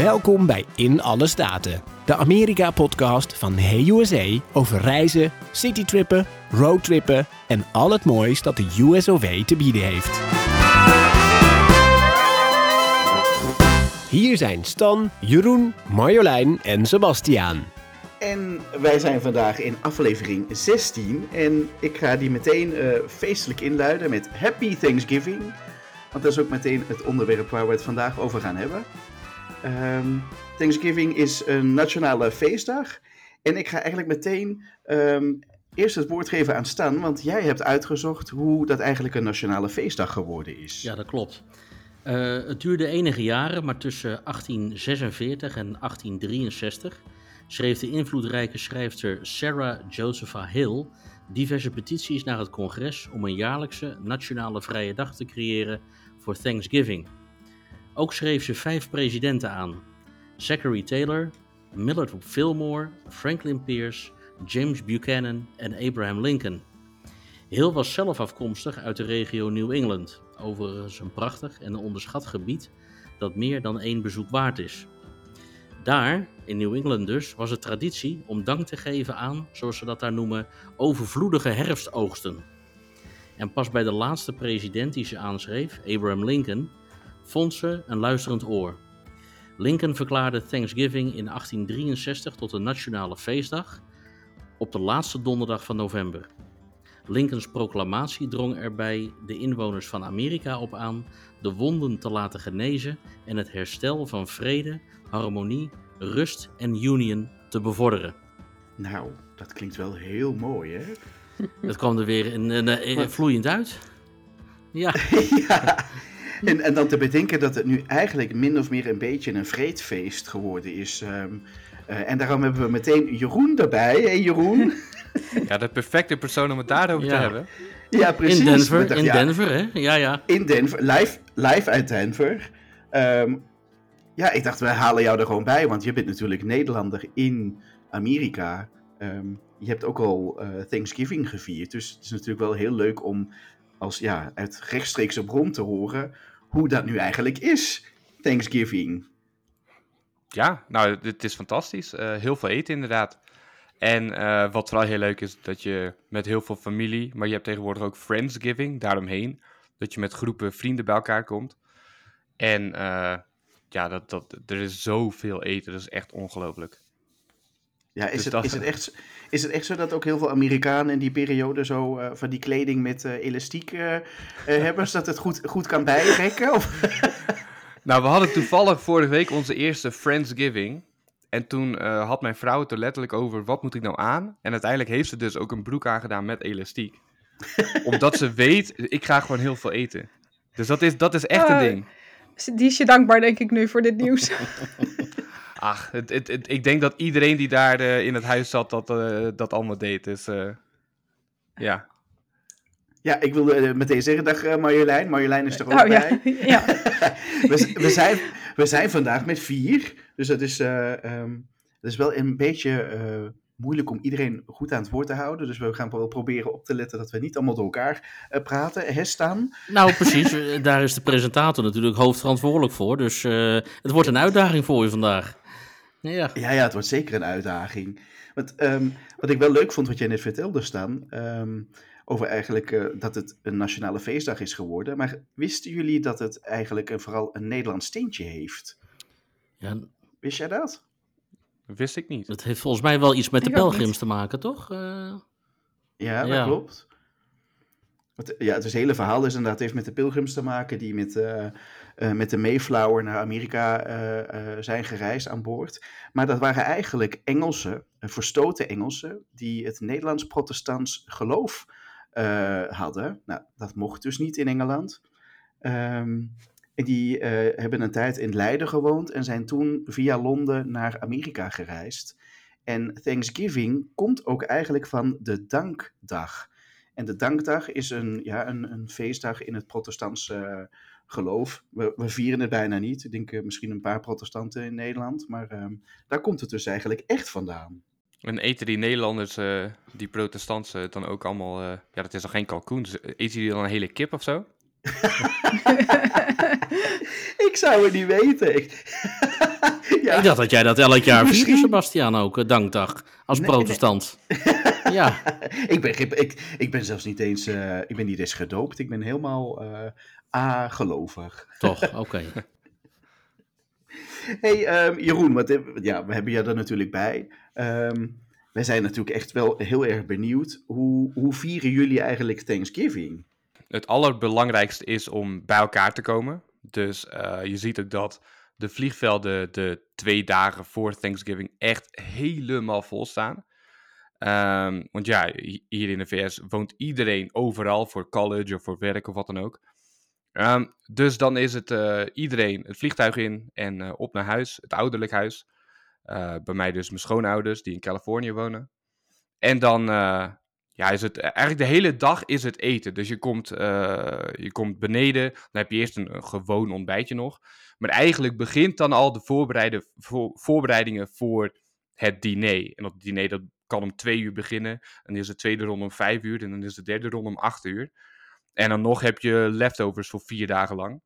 Welkom bij In Alle Staten, de Amerika-podcast van Hey USA over reizen, citytrippen, roadtrippen en al het moois dat de USOV te bieden heeft. Hier zijn Stan, Jeroen, Marjolein en Sebastiaan. En wij zijn vandaag in aflevering 16 en ik ga die meteen feestelijk inluiden met Happy Thanksgiving. Want dat is ook meteen het onderwerp waar we het vandaag over gaan hebben. Thanksgiving is een nationale feestdag. En ik ga eigenlijk meteen eerst het woord geven aan Stan, want jij hebt uitgezocht hoe dat eigenlijk een nationale feestdag geworden is. Ja, dat klopt. Het duurde enige jaren, maar tussen 1846 en 1863 schreef de invloedrijke schrijfster Sarah Josepha Hill diverse petities naar het congres om een jaarlijkse nationale vrije dag te creëren voor Thanksgiving. Ook schreef ze 5 presidenten aan: Zachary Taylor, Millard Fillmore, Franklin Pierce, James Buchanan en Abraham Lincoln. Hill was zelf afkomstig uit de regio New England, overigens een prachtig en onderschat gebied dat meer dan 1 bezoek waard is. Daar, in New England dus, was het traditie om dank te geven aan, zoals ze dat daar noemen, overvloedige herfstoogsten. En pas bij de laatste president die ze aanschreef, Abraham Lincoln, vond ze een luisterend oor. Lincoln verklaarde Thanksgiving in 1863 tot een nationale feestdag op de laatste donderdag van november. Lincolns proclamatie drong er bij de inwoners van Amerika op aan de wonden te laten genezen en het herstel van vrede, harmonie, rust en union te bevorderen. Nou, dat klinkt wel heel mooi, hè? Dat kwam er weer vloeiend uit. Ja. Ja. En dan te bedenken dat het nu eigenlijk min of meer een beetje een vreedfeest geworden is. En daarom hebben we meteen Jeroen erbij. Hey Jeroen? Ja, de perfecte persoon om het daarover te hebben. Ja, precies. In Denver, hè? Ja. In Denver, live uit Denver. Ja, ik dacht, wij halen jou er gewoon bij, want je bent natuurlijk Nederlander in Amerika. Je hebt ook al Thanksgiving gevierd, dus het is natuurlijk wel heel leuk om uit rechtstreekse bron te horen hoe dat nu eigenlijk is, Thanksgiving. Ja, nou, het is fantastisch. Heel veel eten inderdaad. En wat vooral heel leuk is, dat je met heel veel familie, maar je hebt tegenwoordig ook Friendsgiving daaromheen, dat je met groepen vrienden bij elkaar komt. En er is zoveel eten, dat is echt ongelooflijk. Ja, is het echt zo dat ook heel veel Amerikanen in die periode zo van die kleding met elastiek hebben, zodat het goed kan bijrekken? Of? Nou, we hadden toevallig vorige week onze eerste Friendsgiving. En toen had mijn vrouw het er letterlijk over, wat moet ik nou aan? En uiteindelijk heeft ze dus ook een broek aangedaan met elastiek. Omdat ze weet, ik ga gewoon heel veel eten. Dus dat is echt een ding. Die is je dankbaar, denk ik, nu voor dit nieuws. Ach, ik denk dat iedereen die daar in het huis zat, dat allemaal deed. Dus ja. Ja, ik wilde meteen zeggen, dag Marjolein. Marjolein is er ook bij. Ja. we zijn vandaag met 4. Dus dat is wel een beetje moeilijk om iedereen goed aan het woord te houden. Dus we gaan wel proberen op te letten dat we niet allemaal door elkaar praten. Hè, Stan? Nou, precies. Daar is de presentator natuurlijk hoofdverantwoordelijk voor. Dus het wordt een uitdaging voor je vandaag. Ja, het wordt zeker een uitdaging. Wat ik wel leuk vond wat jij net vertelde, Stan, over eigenlijk dat het een nationale feestdag is geworden. Maar wisten jullie dat het eigenlijk vooral een Nederlands tintje heeft? Ja. Wist jij dat? Wist ik niet. Het heeft volgens mij wel iets met de pelgrims te maken, toch? Ja, dat klopt. Het hele verhaal is inderdaad, heeft met de pilgrims te maken die met de Mayflower naar Amerika zijn gereisd aan boord. Maar dat waren eigenlijk Engelsen, verstoten Engelsen, die het Nederlands-protestants geloof hadden. Nou, dat mocht dus niet in Engeland. En die hebben een tijd in Leiden gewoond en zijn toen via Londen naar Amerika gereisd. En Thanksgiving komt ook eigenlijk van de Dankdag. En de Dankdag is een feestdag in het protestantse geloof. We vieren het bijna niet. Ik denk misschien een paar protestanten in Nederland. Maar daar komt het dus eigenlijk echt vandaan. En eten die Nederlanders, die protestantse, dan ook allemaal... dat is nog geen kalkoen. Dus eten die dan een hele kip of zo? Ik zou het niet weten. Ik dacht dat jij dat elk jaar vierde, Sebastiaan, ook, dankdag, als protestant. Ja. Ik ben zelfs niet eens, ik ben niet eens gedoopt. Ik ben helemaal gelovig. Toch, oké. Hey, Jeroen, we hebben jou er natuurlijk bij. Wij zijn natuurlijk echt wel heel erg benieuwd. Hoe vieren jullie eigenlijk Thanksgiving? Het allerbelangrijkste is om bij elkaar te komen. Dus je ziet ook dat de vliegvelden de 2 dagen voor Thanksgiving echt helemaal vol staan. Want ja, hier in de VS woont iedereen overal voor college of voor werk of wat dan ook. Dus dan is het iedereen het vliegtuig in en op naar huis, het ouderlijk huis. Bij mij dus mijn schoonouders die in Californië wonen. En dan is het eigenlijk de hele dag is het eten. Dus je komt beneden, dan heb je eerst een gewoon ontbijtje nog. Maar eigenlijk begint dan al de voorbereidingen voor het diner. En dat diner dat kan om 2 uur beginnen. En dan is de tweede ronde om 5 uur en dan is de derde ronde om 8 uur. En dan nog heb je leftovers voor 4 dagen lang.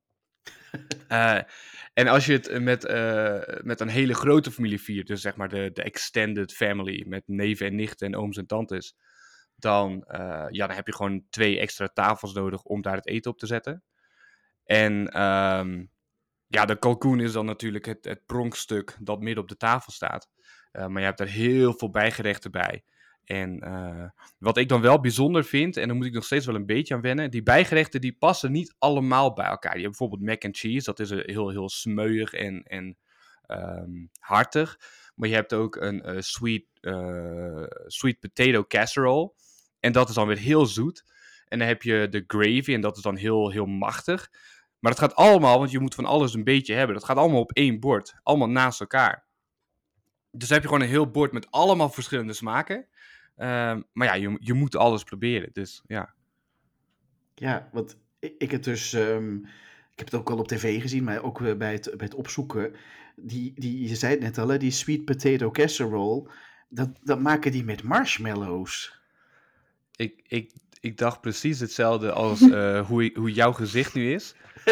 En als je het met een hele grote familie viert, dus zeg maar de extended family, met neven en nichten en ooms en tantes, dan heb je gewoon 2 extra tafels nodig om daar het eten op te zetten. En de kalkoen is dan natuurlijk het pronkstuk dat midden op de tafel staat. Maar je hebt er heel veel bijgerechten bij. En wat ik dan wel bijzonder vind, en daar moet ik nog steeds wel een beetje aan wennen, die bijgerechten die passen niet allemaal bij elkaar. Je hebt bijvoorbeeld mac and cheese, dat is heel, heel smeuig en hartig. Maar je hebt ook een sweet potato casserole. En dat is dan weer heel zoet. En dan heb je de gravy en dat is dan heel, heel machtig. Maar het gaat allemaal, want je moet van alles een beetje hebben. Dat gaat allemaal op 1 bord. Allemaal naast elkaar. Dus dan heb je gewoon een heel bord met allemaal verschillende smaken. Maar ja, je moet alles proberen. Dus ja. Ja, want ik het dus... ik heb het ook al op tv gezien, maar ook bij het opzoeken. Je zei het net al, hè, die sweet potato casserole. Dat maken die met marshmallows. Ik dacht precies hetzelfde als hoe jouw gezicht nu is.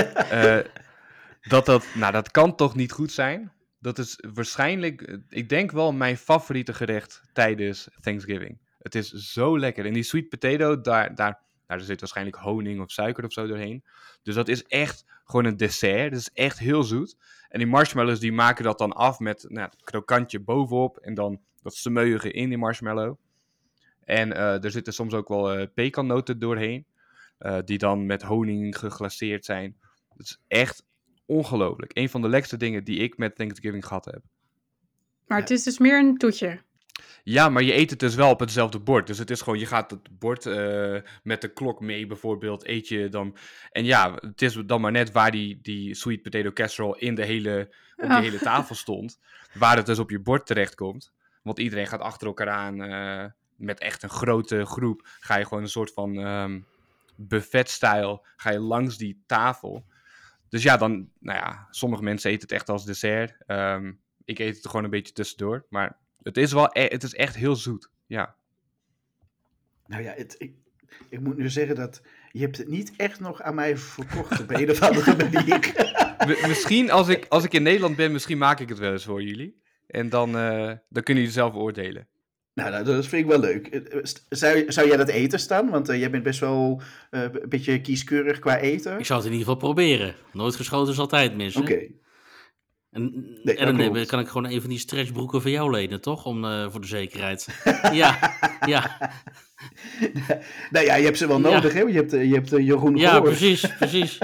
Dat kan toch niet goed zijn? Dat is waarschijnlijk, ik denk wel mijn favoriete gerecht tijdens Thanksgiving. Het is zo lekker. En die sweet potato, daar zit waarschijnlijk honing of suiker of zo doorheen. Dus dat is echt gewoon een dessert. Dat is echt heel zoet. En die marshmallows die maken dat dan af met het krokantje bovenop. En dan dat smeuïge in die marshmallow. En er zitten soms ook wel pekannoten doorheen. Die dan met honing geglaceerd zijn. Dat is echt ongelooflijk. Een van de lekkerste dingen die ik met Thanksgiving gehad heb. Maar het is dus meer een toetje. Ja, maar je eet het dus wel op hetzelfde bord. Dus het is gewoon, je gaat het bord met de klok mee bijvoorbeeld, eet je dan. En ja, het is dan maar net waar die sweet potato casserole op die hele tafel stond. Waar het dus op je bord terechtkomt. Want iedereen gaat achter elkaar aan met echt een grote groep. Ga je gewoon een soort van buffet-style, ga je langs die tafel. Dus ja, dan, sommige mensen eten het echt als dessert. Ik eet het er gewoon een beetje tussendoor. Maar het is echt heel zoet, ja. Nou ja, ik moet nu zeggen dat je hebt het niet echt nog aan mij verkocht op een of andere manier. Misschien als ik in Nederland ben, misschien maak ik het wel eens voor jullie. En dan kunnen jullie zelf oordelen. Nou, dat vind ik wel leuk. Zou jij dat eten staan? Want jij bent best wel een beetje kieskeurig qua eten. Ik zou het in ieder geval proberen. Nooit geschoten is altijd mis. Oké. En dan kan ik gewoon een van die stretchbroeken voor jou lenen, toch? Voor de zekerheid. Ja. Nou ja, je hebt ze wel nodig, hè? Je hebt Jeroen Ja, gehoord. precies.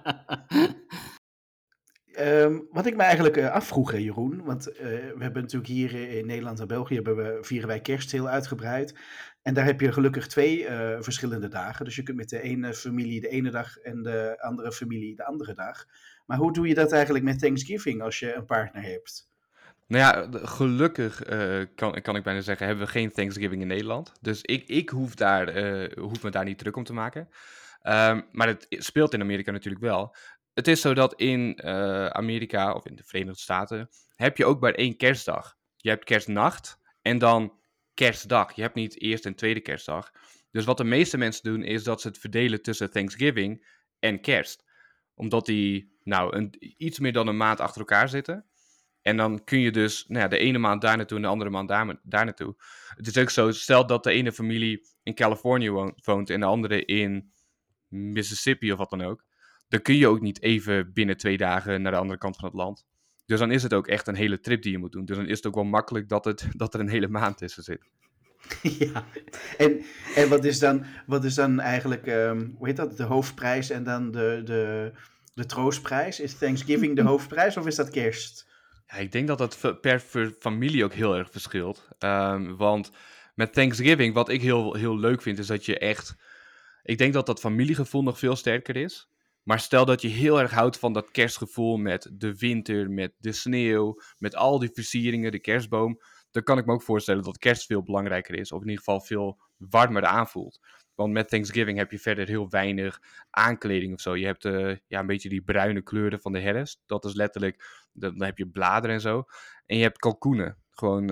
Wat ik me eigenlijk afvroeg, hè, Jeroen, want we hebben natuurlijk hier in Nederland en België vieren wij kerst heel uitgebreid. En daar heb je gelukkig 2 verschillende dagen. Dus je kunt met de ene familie de ene dag en de andere familie de andere dag. Maar hoe doe je dat eigenlijk met Thanksgiving als je een partner hebt? Nou ja, gelukkig kan ik bijna zeggen, hebben we geen Thanksgiving in Nederland. Dus ik hoef me daar niet druk om te maken. Maar het speelt in Amerika natuurlijk wel. Het is zo dat in Amerika, of in de Verenigde Staten, heb je ook maar 1 kerstdag. Je hebt kerstnacht en dan kerstdag. Je hebt niet eerste en tweede kerstdag. Dus wat de meeste mensen doen, is dat ze het verdelen tussen Thanksgiving en kerst. Omdat die iets meer dan een maand achter elkaar zitten. En dan kun je dus de ene maand daar naartoe en de andere maand daar naartoe. Het is ook zo, stel dat de ene familie in Californië woont en de andere in Mississippi of wat dan ook. Dan kun je ook niet even binnen 2 dagen naar de andere kant van het land. Dus dan is het ook echt een hele trip die je moet doen. Dus dan is het ook wel makkelijk dat er een hele maand tussen zit. Ja, en wat is dan eigenlijk, hoe heet dat, de hoofdprijs en dan de troostprijs? Is Thanksgiving de hoofdprijs of is dat kerst? Ja, ik denk dat dat per familie ook heel erg verschilt. Want met Thanksgiving, wat ik heel, heel leuk vind, is dat je echt... Ik denk dat familiegevoel nog veel sterker is. Maar stel dat je heel erg houdt van dat kerstgevoel met de winter, met de sneeuw, met al die versieringen, de kerstboom. Dan kan ik me ook voorstellen dat kerst veel belangrijker is. Of in ieder geval veel warmer aanvoelt. Want met Thanksgiving heb je verder heel weinig aankleding of zo. Je hebt een beetje die bruine kleuren van de herfst. Dat is letterlijk, dan heb je bladeren en zo. En je hebt kalkoenen. Gewoon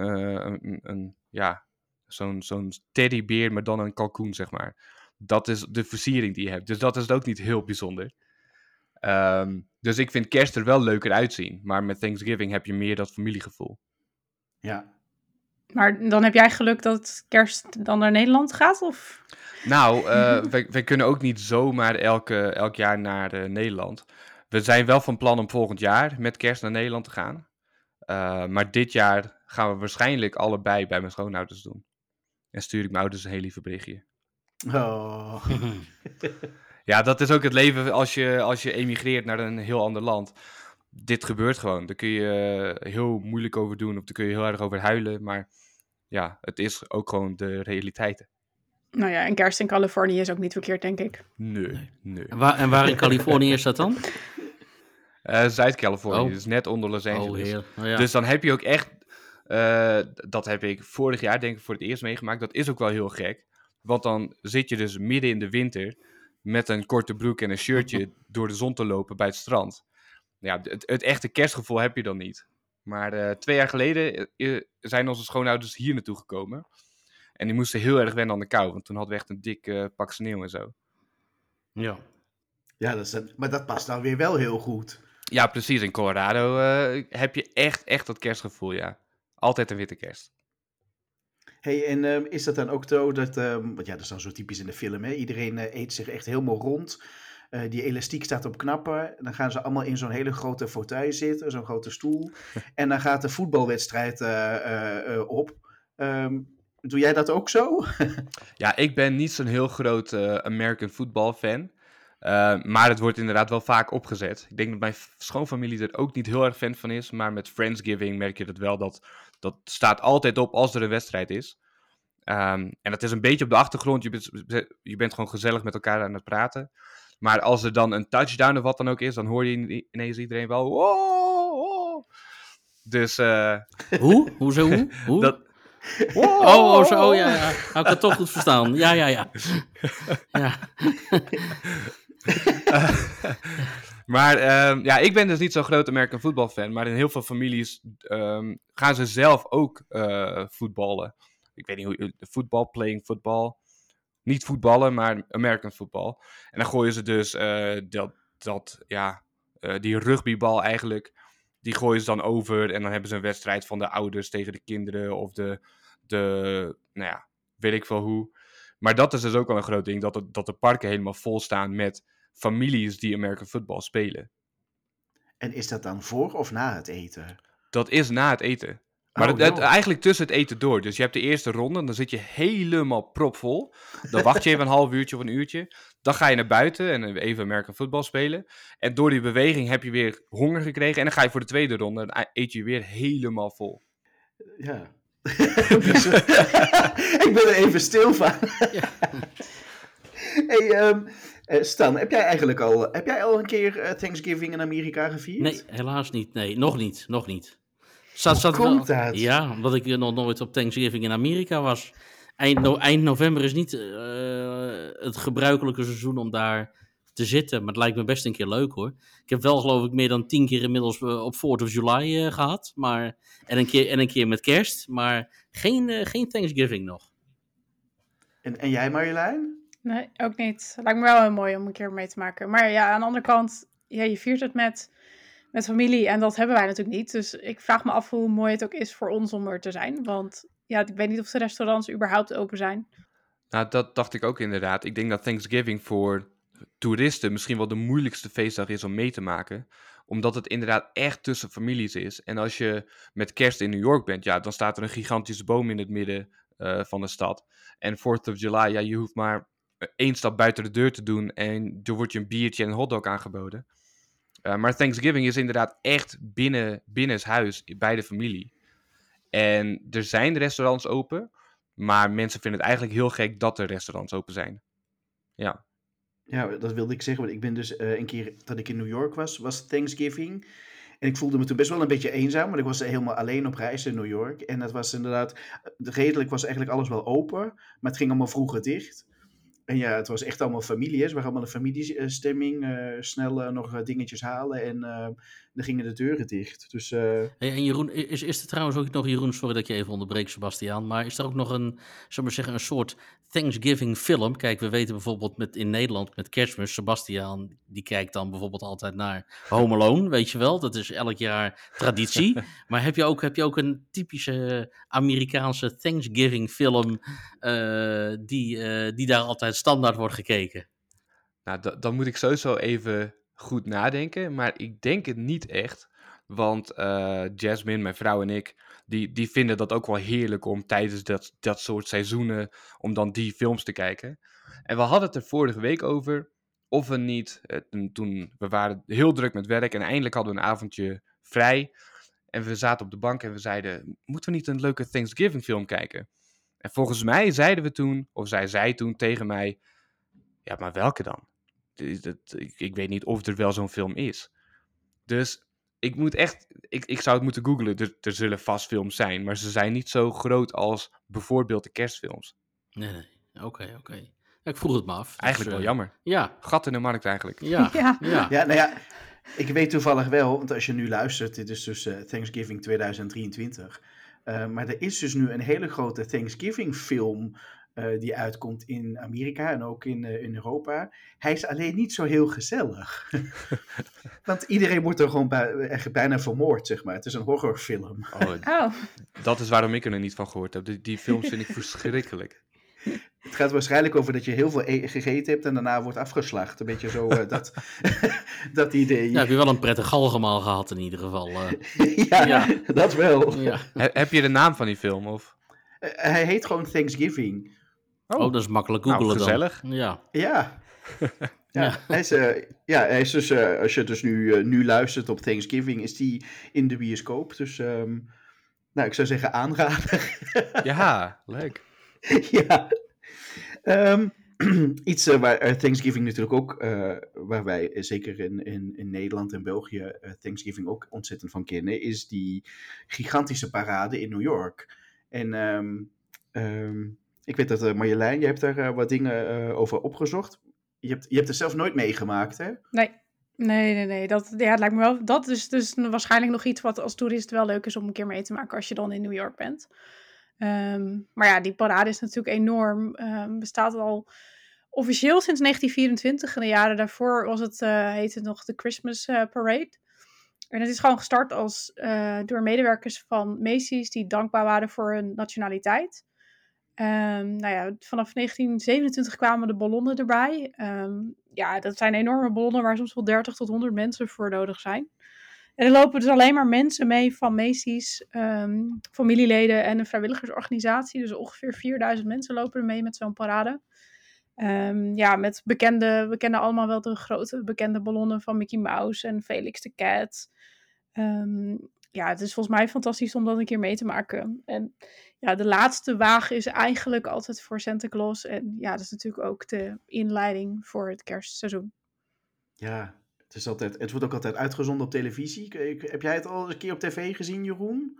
zo'n teddybeer, maar dan een kalkoen, zeg maar. Dat is de versiering die je hebt. Dus dat is ook niet heel bijzonder. Dus ik vind kerst er wel leuker uitzien. Maar met Thanksgiving heb je meer dat familiegevoel. Ja. Maar dan heb jij geluk dat kerst dan naar Nederland gaat? Of? Nou, wij kunnen ook niet zomaar elk jaar naar Nederland. We zijn wel van plan om volgend jaar met kerst naar Nederland te gaan. Maar dit jaar gaan we waarschijnlijk allebei bij mijn schoonouders doen. En stuur ik mijn ouders een heel lieve berichtje. Oh. Ja, dat is ook het leven als je emigreert naar een heel ander land. Dit gebeurt gewoon. Daar kun je heel moeilijk over doen of daar kun je heel erg over huilen. Maar ja, het is ook gewoon de realiteit. Nou ja, en kerst in Californië is ook niet verkeerd, denk ik. Nee. En waar in Californië is dat dan? Zuid-Californië, Oh. dus net onder Los Angeles. Ja. Dus dan heb je ook echt... dat heb ik vorig jaar denk ik voor het eerst meegemaakt. Dat is ook wel heel gek. Want dan zit je dus midden in de winter met een korte broek en een shirtje door de zon te lopen bij het strand. Ja, het echte kerstgevoel heb je dan niet. Maar 2 jaar geleden zijn onze schoonouders hier naartoe gekomen. En die moesten heel erg wennen aan de kou. Want toen hadden we echt een dik pak sneeuw en zo. Ja. Ja, maar dat past nou weer wel heel goed. Ja, precies. In Colorado heb je echt dat kerstgevoel, ja. Altijd een witte kerst. Hey, en is dat dan ook zo dat, want ja, dat is dan zo typisch in de film, hè? Iedereen eet zich echt helemaal rond. Die elastiek staat op knappen. Dan gaan ze allemaal in zo'n hele grote fauteuil zitten, zo'n grote stoel. En dan gaat de voetbalwedstrijd op. Doe jij dat ook zo? Ja, ik ben niet zo'n heel groot American football fan. Maar het wordt inderdaad wel vaak opgezet. Ik denk dat mijn schoonfamilie er ook niet heel erg fan van is. Maar met Friendsgiving merk je dat wel. Dat staat altijd op als er een wedstrijd is. En dat is een beetje op de achtergrond. Je bent gewoon gezellig met elkaar aan het praten. Maar als er dan een touchdown of wat dan ook is, dan hoor je ineens iedereen wel... Oh! Dus... Hoe? Hoezo? Hoe? Dat... Zo, ja. Had ik het toch goed verstaan? Ja. Ja. Maar ik ben dus niet zo'n groot American football fan. Maar in heel veel families gaan ze zelf ook voetballen. Ik weet niet hoe... playing football. Niet voetballen, maar American football. En dan gooien ze dus die rugbybal eigenlijk. Die gooien ze dan over. En dan hebben ze een wedstrijd van de ouders tegen de kinderen. Of weet ik veel hoe. Maar dat is dus ook wel een groot ding. Dat de parken helemaal vol staan met families die American football spelen. En is dat dan voor of na het eten? Dat is na het eten. Maar eigenlijk tussen het eten door. Dus je hebt de eerste ronde, dan zit je helemaal propvol. Dan wacht je even een half uurtje of een uurtje. Dan ga je naar buiten en even American football spelen. En door die beweging heb je weer honger gekregen. En dan ga je voor de tweede ronde en eet je weer helemaal vol. Ja. Ik ben er even stil van. Ja. Hey, Stan, heb jij al een keer Thanksgiving in Amerika gevierd? Nee, helaas niet. Nee, nog niet. Hoe komt dat? Ja, omdat ik nog nooit op Thanksgiving in Amerika was. Eind november is niet het gebruikelijke seizoen om daar te zitten. Maar het lijkt me best een keer leuk hoor. Ik heb wel geloof ik meer dan 10 keer inmiddels op 4th of July gehad. En een keer met kerst. Maar geen Thanksgiving nog. En jij Marjolein? Nee, ook niet. Lijkt me wel heel mooi om een keer mee te maken. Maar ja, aan de andere kant, je viert het met familie en dat hebben wij natuurlijk niet. Dus ik vraag me af hoe mooi het ook is voor ons om er te zijn. Want ja, ik weet niet of de restaurants überhaupt open zijn. Nou, dat dacht ik ook inderdaad. Ik denk dat Thanksgiving voor toeristen misschien wel de moeilijkste feestdag is om mee te maken. Omdat het inderdaad echt tussen families is. En als je met kerst in New York bent, ja, dan staat er een gigantische boom in het midden van de stad. En 4th of July, ja, je hoeft maar 1 stap buiten de deur te doen en er wordt je een biertje en een hotdog aangeboden. Maar Thanksgiving is inderdaad echt binnenshuis bij de familie. En er zijn restaurants open, maar mensen vinden het eigenlijk heel gek dat er restaurants open zijn. Ja. Ja, dat wilde ik zeggen. Want ik ben dus een keer dat ik in New York was Thanksgiving. En ik voelde me toen best wel een beetje eenzaam, want ik was helemaal alleen op reis in New York. En dat was inderdaad, redelijk was eigenlijk alles wel open, maar het ging allemaal vroeger dicht. En ja, het was echt allemaal familie. Het was allemaal een familiestemming. Snel nog dingetjes halen en dan gingen de deuren dicht. Dus, Hey, en Jeroen, is er trouwens ook nog, Jeroen, sorry dat je even onderbreekt, Sebastiaan, maar is er ook nog een soort Thanksgiving film? Kijk, we weten bijvoorbeeld in Nederland met Kerstmis, Sebastiaan, die kijkt dan bijvoorbeeld altijd naar Home Alone, weet je wel? Dat is elk jaar traditie. Maar heb je ook een typische Amerikaanse Thanksgiving film die daar altijd standaard wordt gekeken? Nou, dan moet ik sowieso even goed nadenken, maar ik denk het niet echt. Want Jasmine, mijn vrouw en ik, die vinden dat ook wel heerlijk om tijdens dat soort seizoenen, om dan die films te kijken. En we hadden het er vorige week over, of we niet, we waren heel druk met werk en eindelijk hadden we een avondje vrij. En we zaten op de bank en we zeiden, moeten we niet een leuke Thanksgiving film kijken? En volgens mij zeiden we toen, of zij zei toen tegen mij, ja, maar welke dan? Ik weet niet of er wel zo'n film is. Dus ik moet echt, ik zou het moeten googlen. Er zullen vast films zijn, maar ze zijn niet zo groot als bijvoorbeeld de kerstfilms. Nee. Oké. Ik vroeg het me af. Eigenlijk wel jammer. Ja. Gat in de markt eigenlijk. Ja. Ja, nou ja, ik weet toevallig wel, want als je nu luistert, dit is dus Thanksgiving 2023. Maar er is dus nu een hele grote Thanksgiving film die uitkomt in Amerika en ook in Europa. Hij is alleen niet zo heel gezellig. Want iedereen wordt er gewoon echt bijna vermoord, zeg maar. Het is een horrorfilm. Oh. Dat is waarom ik er nog niet van gehoord heb. Die films vind ik verschrikkelijk. Het gaat waarschijnlijk over dat je heel veel gegeten hebt en daarna wordt afgeslacht. Een beetje zo dat idee. Ja, heb je wel een prettig galgemaal gehad in ieder geval. Ja, dat wel. Ja. Heb je de naam van die film? Of? Hij heet gewoon Thanksgiving. Oh, dat is makkelijk googelen dan. Gezellig. Ja. Ja. Hij is dus, als je dus nu luistert op Thanksgiving, is die in de bioscoop. Dus, nou, ik zou zeggen aanrader. Ja, leuk. Ja. Iets waar Thanksgiving natuurlijk ook, waar wij zeker in Nederland en België Thanksgiving ook ontzettend van kennen, is die gigantische parade in New York. En ik weet dat Marjolein, jij hebt daar wat dingen over opgezocht. Je hebt het zelf nooit meegemaakt, hè? Nee. Dat lijkt me wel. Dat is dus waarschijnlijk nog iets wat als toerist wel leuk is om een keer mee te maken als je dan in New York bent. Maar ja, die parade is natuurlijk enorm. Bestaat al officieel sinds 1924. En de jaren daarvoor heette het nog de Christmas Parade. En het is gewoon gestart door medewerkers van Macy's die dankbaar waren voor hun nationaliteit. Vanaf 1927 kwamen de ballonnen erbij. Dat zijn enorme ballonnen waar soms wel 30 tot 100 mensen voor nodig zijn. En er lopen dus alleen maar mensen mee van Macy's, familieleden en een vrijwilligersorganisatie. Dus ongeveer 4000 mensen lopen er mee met zo'n parade. We kennen allemaal wel de grote bekende ballonnen van Mickey Mouse en Felix the Cat. Het is volgens mij fantastisch om dat een keer mee te maken. En ja, de laatste wagen is eigenlijk altijd voor Santa Claus. En ja, dat is natuurlijk ook de inleiding voor het kerstseizoen. Ja, het wordt ook altijd uitgezonden op televisie. Heb jij het al eens een keer op tv gezien, Jeroen?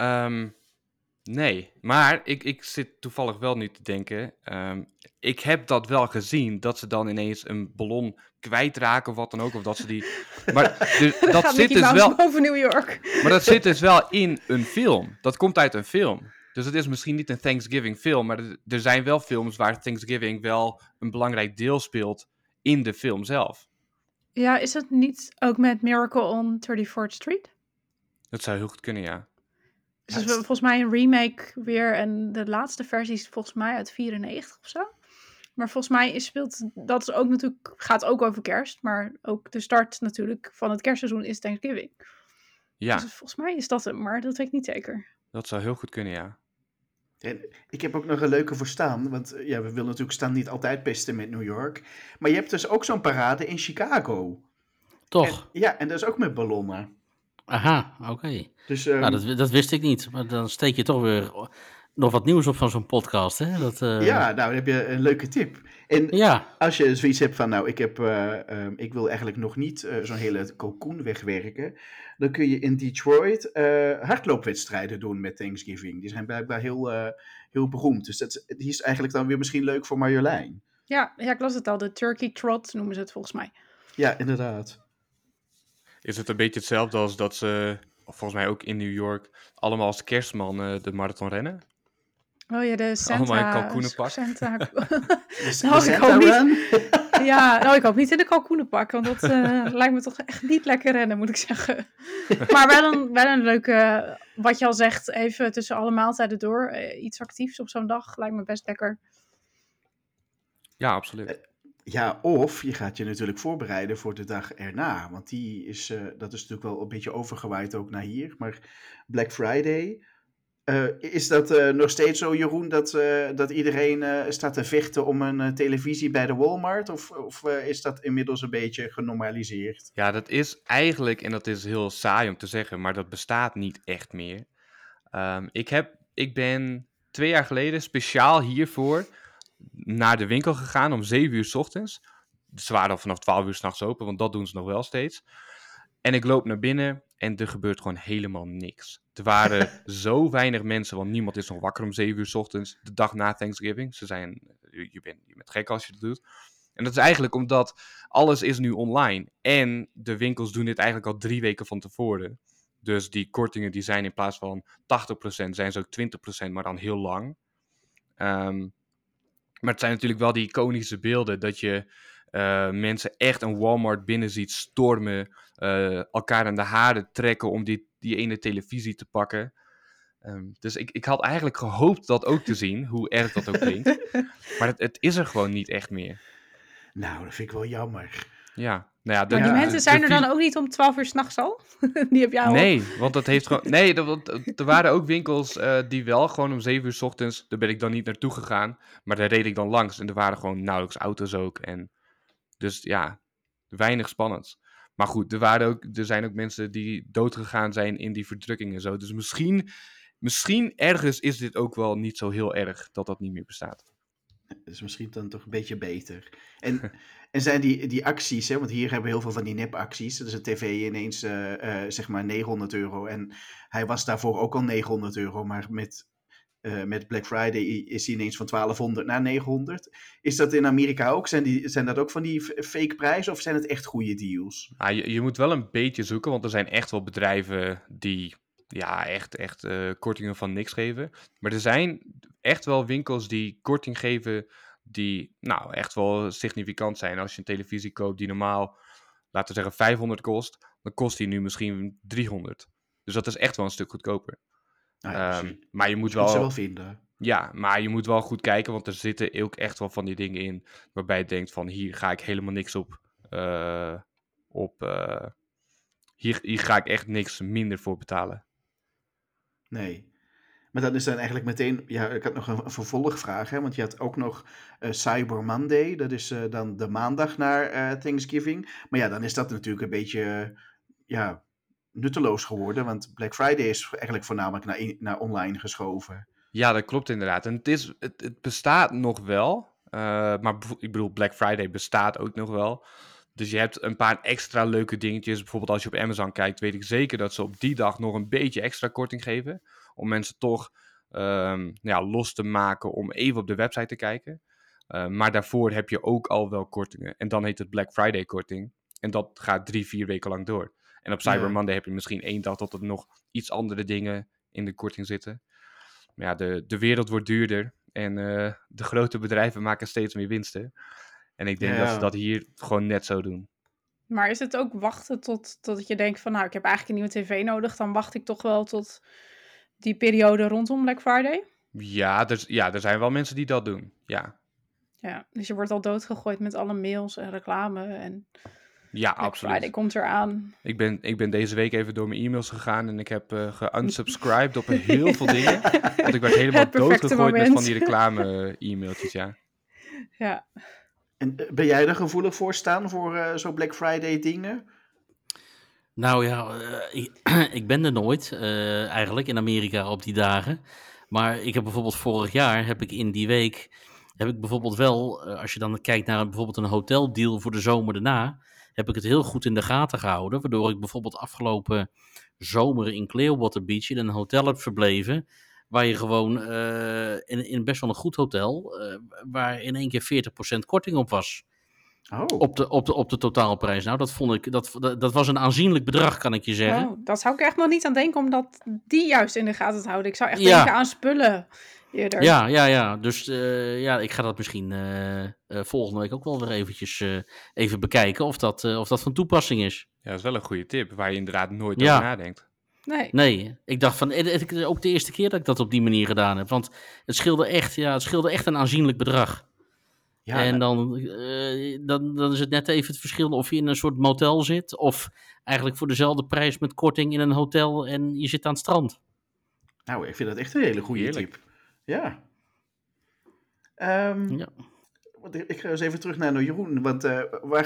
Nee, maar ik zit toevallig wel nu te denken. Ik heb dat wel gezien, dat ze dan ineens een ballon kwijtraken of wat dan ook. Of dat ze die... Maar dat zit dus wel... Over New York. Maar dat zit dus wel in een film. Dat komt uit een film. Dus het is misschien niet een Thanksgiving film, maar er zijn wel films waar Thanksgiving wel een belangrijk deel speelt in de film zelf. Ja, is het niet ook met Miracle on 34th Street? Dat zou heel goed kunnen, ja. Dus het is volgens mij een remake weer. En de laatste versie is volgens mij uit 94 of zo. Maar volgens mij dat is ook natuurlijk, gaat ook over kerst. Maar ook de start natuurlijk van het kerstseizoen is Thanksgiving. Ja. Dus volgens mij is dat hem, maar dat weet ik niet zeker. Dat zou heel goed kunnen, ja. En ik heb ook nog een leuke voor Stan. Want ja, we willen natuurlijk Stan niet altijd pesten met New York. Maar je hebt dus ook zo'n parade in Chicago. Toch? En dat is ook met ballonnen. Aha, oké. Dus, Nou, dat wist ik niet. Maar dan steek je toch weer nog wat nieuws op van zo'n podcast, hè? Ja, nou, dan heb je een leuke tip. En als je zoiets hebt van, nou, ik wil eigenlijk nog niet zo'n hele cocoon wegwerken, dan kun je in Detroit hardloopwedstrijden doen met Thanksgiving. Die zijn blijkbaar heel beroemd. Dus die is eigenlijk dan weer misschien leuk voor Marjolein. Ja, ik las het al. De Turkey Trot noemen ze het volgens mij. Ja, inderdaad. Is het een beetje hetzelfde als dat ze, volgens mij ook in New York, allemaal als kerstman de marathon rennen? Oh ja, de Santa... Allemaal in kalkoenenpak. De Santa Run? Ja, nou, ik hoop niet in de kalkoenenpak, want dat lijkt me toch echt niet lekker rennen, moet ik zeggen. Maar wel een leuke, wat je al zegt, even tussen alle maaltijden door. Iets actiefs op zo'n dag lijkt me best lekker. Ja, absoluut. Ja, of je gaat je natuurlijk voorbereiden voor de dag erna. Want dat is natuurlijk wel een beetje overgewaaid ook naar hier. Maar Black Friday, is dat nog steeds zo, Jeroen, dat iedereen staat te vechten om een televisie bij de Walmart? Of is dat inmiddels een beetje genormaliseerd? Ja, dat is eigenlijk, en dat is heel saai om te zeggen, maar dat bestaat niet echt meer. Ik ben 2 jaar geleden speciaal hiervoor naar de winkel gegaan om 7 uur 's ochtends. Ze waren al vanaf 12 uur 's nachts open, want dat doen ze nog wel steeds. En ik loop naar binnen en er gebeurt gewoon helemaal niks. Er waren zo weinig mensen, want niemand is nog wakker om 7 uur 's ochtends, de dag na Thanksgiving. Je bent gek als je dat doet. En dat is eigenlijk omdat alles is nu online. En de winkels doen dit eigenlijk al 3 weken van tevoren. Dus die kortingen die zijn in plaats van 80%, zijn ze ook 20%, maar dan heel lang. Maar het zijn natuurlijk wel die iconische beelden dat je mensen echt een Walmart binnen ziet stormen, elkaar aan de haren trekken om die ene televisie te pakken. Dus ik had eigenlijk gehoopt dat ook te zien, hoe erg dat ook klinkt. Maar het is er gewoon niet echt meer. Nou, dat vind ik wel jammer. Ja. Nou ja, Maar die mensen zijn er dan ook niet om 12 uur 's nachts al? Die heb jij al. Nee, want dat heeft gewoon... Nee, er waren ook winkels die wel gewoon om 7 uur 's ochtends... Daar ben ik dan niet naartoe gegaan. Maar daar reed ik dan langs. En er waren gewoon nauwelijks auto's ook. En dus ja, weinig spannends. Maar goed, er zijn ook mensen die doodgegaan zijn in die verdrukking en zo. Dus misschien ergens is dit ook wel niet zo heel erg dat dat niet meer bestaat. Dat is misschien dan toch een beetje beter. En zijn die acties, hè, want hier hebben we heel veel van die nepacties. Dus een tv ineens zeg maar €900. En hij was daarvoor ook al €900. Maar met Black Friday is hij ineens van 1200 naar 900. Is dat in Amerika ook? Zijn dat ook van die fake prijzen of zijn het echt goede deals? Nou, je moet wel een beetje zoeken, want er zijn echt wel bedrijven die echt kortingen van niks geven. Maar er zijn echt wel winkels die korting geven die nou echt wel significant zijn. Als je een televisie koopt die normaal, laten we zeggen, 500 kost, dan kost die nu misschien 300. Dus dat is echt wel een stuk goedkoper. Maar je moet wel vinden. Ja, maar je moet wel goed kijken, want er zitten ook echt wel van die dingen in waarbij je denkt van hier ga ik helemaal niks hier ga ik echt niks minder voor betalen. Nee. Maar dat is dan eigenlijk meteen... Ja, ik had nog een vervolgvraag, hè, want je had ook nog Cyber Monday. Dat is dan de maandag naar Thanksgiving. Maar ja, dan is dat natuurlijk een beetje nutteloos geworden. Want Black Friday is eigenlijk voornamelijk naar online geschoven. Ja, dat klopt inderdaad. En het bestaat nog wel. Maar ik bedoel, Black Friday bestaat ook nog wel. Dus je hebt een paar extra leuke dingetjes. Bijvoorbeeld als je op Amazon kijkt, weet ik zeker dat ze op die dag nog een beetje extra korting geven. Om mensen toch los te maken om even op de website te kijken. Maar daarvoor heb je ook al wel kortingen. En dan heet het Black Friday korting. En dat gaat 3-4 weken lang door. En op Cyber Monday heb je misschien 1 dag dat er nog iets andere dingen in de korting zitten. ja, de wereld wordt duurder en de grote bedrijven maken steeds meer winsten. En ik denk dat ze dat hier gewoon net zo doen. Maar is het ook wachten tot je denkt van, nou, ik heb eigenlijk een nieuwe tv nodig, dan wacht ik toch wel tot die periode rondom Black Friday? Ja, er zijn wel mensen die dat doen, ja. Ja, dus je wordt al doodgegooid met alle mails en reclame en Ja, Black absoluut. Friday komt eraan. Ik ben deze week even door mijn e-mails gegaan en ik heb geunsubscribed op heel veel dingen. Want ik werd helemaal doodgegooid met van die reclame-e-mailtjes, ja. Ja. En ben jij er gevoelig voor staan voor zo'n Black Friday dingen? Nou ja, ik ben er nooit eigenlijk in Amerika op die dagen. Maar ik heb bijvoorbeeld vorig jaar, heb ik in die week, heb ik bijvoorbeeld wel, als je dan kijkt naar bijvoorbeeld een hoteldeal voor de zomer daarna, heb ik het heel goed in de gaten gehouden. Waardoor ik bijvoorbeeld afgelopen zomer in Clearwater Beach in een hotel heb verbleven. Waar je gewoon in best wel een goed hotel, waar in één keer 40% korting op was. Oh. Op de totaalprijs. Nou, dat vond ik, dat was een aanzienlijk bedrag, kan ik je zeggen. Oh, dat zou ik echt nog niet aan denken, omdat die juist in de gaten te houden. Ik zou echt denken aan spullen eerder. Ja. Dus ik ga dat misschien volgende week ook wel weer eventjes even bekijken of dat van toepassing is. Ja, dat is wel een goede tip, waar je inderdaad nooit over nadenkt. Nee, ik dacht van, ook de eerste keer dat ik dat op die manier gedaan heb. Want het scheelde echt een aanzienlijk bedrag. Ja, en dan is het net even het verschil of je in een soort motel zit, of eigenlijk voor dezelfde prijs met korting in een hotel en je zit aan het strand. Nou, ik vind dat echt een hele goede tip. Ja. Ik ga eens even terug naar Jeroen, want hoe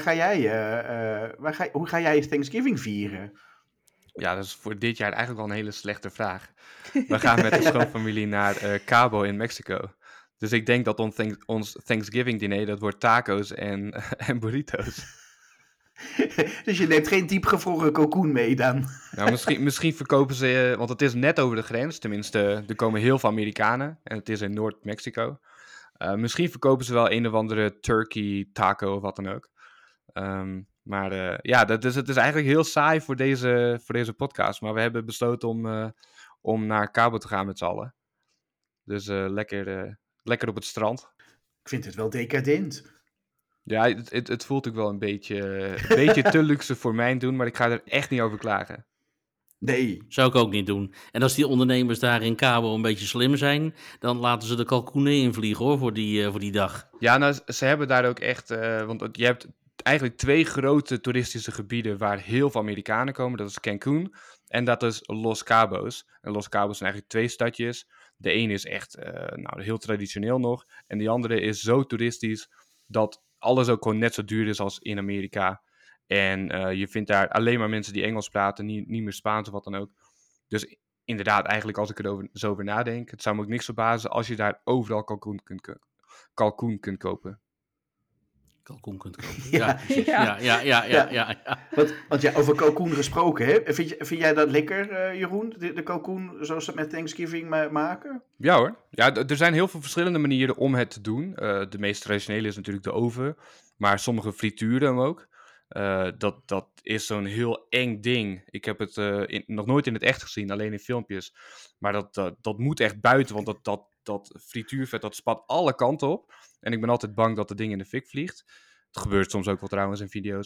ga jij Thanksgiving vieren? Ja, dat is voor dit jaar eigenlijk wel een hele slechte vraag. We gaan met de schoonfamilie naar Cabo in Mexico. Dus ik denk dat ons Thanksgiving diner, dat wordt taco's en burritos. Dus je neemt geen diepgevroren cocoon mee dan? Nou, misschien verkopen ze, want het is net over de grens. Tenminste, er komen heel veel Amerikanen en het is in Noord-Mexico. Misschien verkopen ze wel een of andere turkey taco of wat dan ook. Het is eigenlijk heel saai voor deze podcast. Maar we hebben besloten om naar Cabo te gaan met z'n allen. Dus lekker op het strand. Ik vind het wel decadent. Ja, het voelt ook wel een beetje te luxe voor mijn doen, maar ik ga er echt niet over klagen. Nee. Zou ik ook niet doen. En als die ondernemers daar in Cabo een beetje slim zijn, dan laten ze de kalkoenen invliegen hoor, voor die dag. Ja, nou, ze hebben daar ook echt, want je hebt eigenlijk 2 grote toeristische gebieden waar heel veel Amerikanen komen. Dat is Cancún en dat is Los Cabos. En Los Cabos zijn eigenlijk 2 stadjes. De ene is echt heel traditioneel nog. En die andere is zo toeristisch dat alles ook gewoon net zo duur is als in Amerika. En je vindt daar alleen maar mensen die Engels praten, niet meer Spaans of wat dan ook. Dus inderdaad, eigenlijk als ik er zo over nadenk, het zou me ook niks verbazen als je daar overal kalkoen kunt kopen. Kalkoen kunt kopen. Ja. Want ja, over kalkoen gesproken, hè? Vind jij dat lekker, Jeroen? De kalkoen zoals ze het met Thanksgiving maken? Ja hoor. Ja, er zijn heel veel verschillende manieren om het te doen. De meest traditionele is natuurlijk de oven. Maar sommige frituren hem ook. Dat is zo'n heel eng ding. Ik heb het nog nooit in het echt gezien, alleen in filmpjes. Maar dat moet echt buiten, want dat frituurvet dat spat alle kanten op. En ik ben altijd bang dat het ding in de fik vliegt. Het gebeurt soms ook wel trouwens in video's.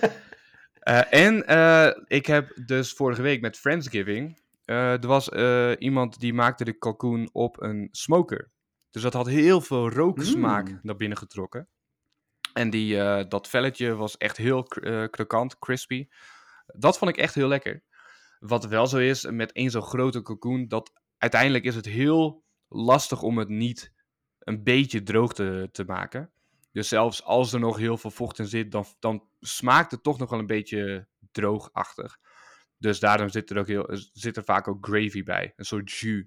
Ik heb dus vorige week met Friendsgiving, er was iemand die maakte de kalkoen op een smoker. Dus dat had heel veel rooksmaak naar binnen getrokken. En dat velletje was echt heel krokant, crispy. Dat vond ik echt heel lekker. Wat wel zo is, met één zo'n grote kalkoen, dat uiteindelijk is het heel lastig om het niet een beetje droog te maken. Dus zelfs als er nog heel veel vocht in zit, dan smaakt het toch nog wel een beetje droogachtig. Dus daarom zit er vaak ook gravy bij, een soort jus.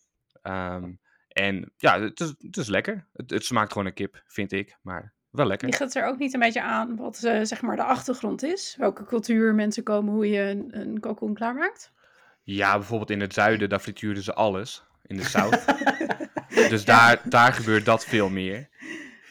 En ja, het is lekker. Het smaakt gewoon een kip, vind ik, maar wel lekker. Ligt het er ook niet een beetje aan wat zeg maar de achtergrond is? Welke cultuur mensen komen, hoe je een kalkoen klaarmaakt? Ja, bijvoorbeeld in het zuiden, daar frituurden ze alles. In de South. Dus daar gebeurt dat veel meer.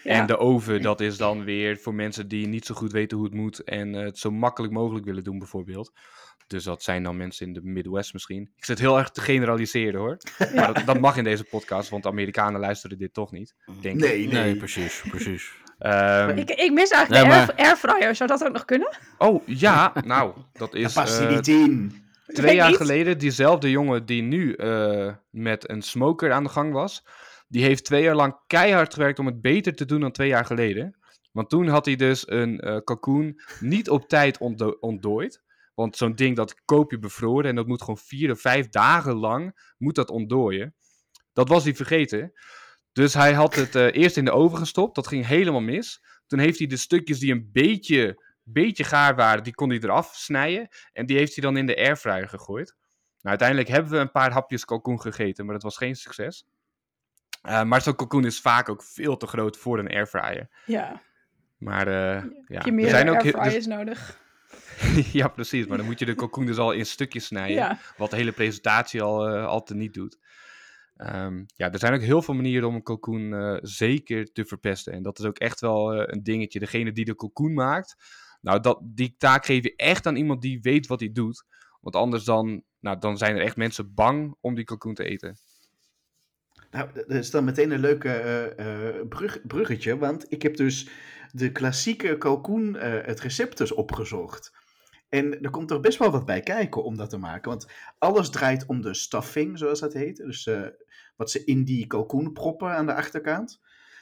En de oven, dat is dan weer voor mensen die niet zo goed weten hoe het moet en het zo makkelijk mogelijk willen doen bijvoorbeeld. Dus dat zijn dan mensen in de Midwest misschien. Ik zit heel erg te generaliseren hoor. Ja. Maar dat mag in deze podcast, want Amerikanen luisteren dit toch niet, denk ik. Nee, precies. Ik mis eigenlijk de airfryer. Zou dat ook nog kunnen? Oh, ja. Nou, dat is... Daar past hij niet in. 2 jaar geleden, diezelfde jongen die nu met een smoker aan de gang was, die heeft 2 jaar lang keihard gewerkt om het beter te doen dan 2 jaar geleden. Want toen had hij dus een kalkoen niet op tijd ontdooid. Want zo'n ding, dat koop je bevroren en dat moet gewoon 4 of 5 dagen lang moet dat ontdooien. Dat was hij vergeten. Dus hij had het eerst in de oven gestopt. Dat ging helemaal mis. Toen heeft hij de stukjes die een beetje gaar waren, die kon hij eraf snijden. En die heeft hij dan in de airfryer gegooid. Nou, uiteindelijk hebben we een paar hapjes kalkoen gegeten, maar dat was geen succes. Maar zo'n kalkoen is vaak ook veel te groot voor een airfryer. Ja. Maar Heb je meer airfryers nodig? Ja, precies. Maar dan moet je de kalkoen dus al in stukjes snijden. Wat de hele presentatie al te niet doet. Er zijn ook heel veel manieren om een kalkoen zeker te verpesten. En dat is ook echt wel een dingetje. Degene die de kalkoen maakt, nou, die taak geef je echt aan iemand die weet wat hij doet. Want anders dan zijn er echt mensen bang om die kalkoen te eten. Nou, dat is dan meteen een leuke bruggetje. Want ik heb dus de klassieke kalkoen, het recept dus opgezocht. En er komt er best wel wat bij kijken om dat te maken. Want alles draait om de stuffing, zoals dat heet. Dus wat ze in die kalkoen proppen aan de achterkant.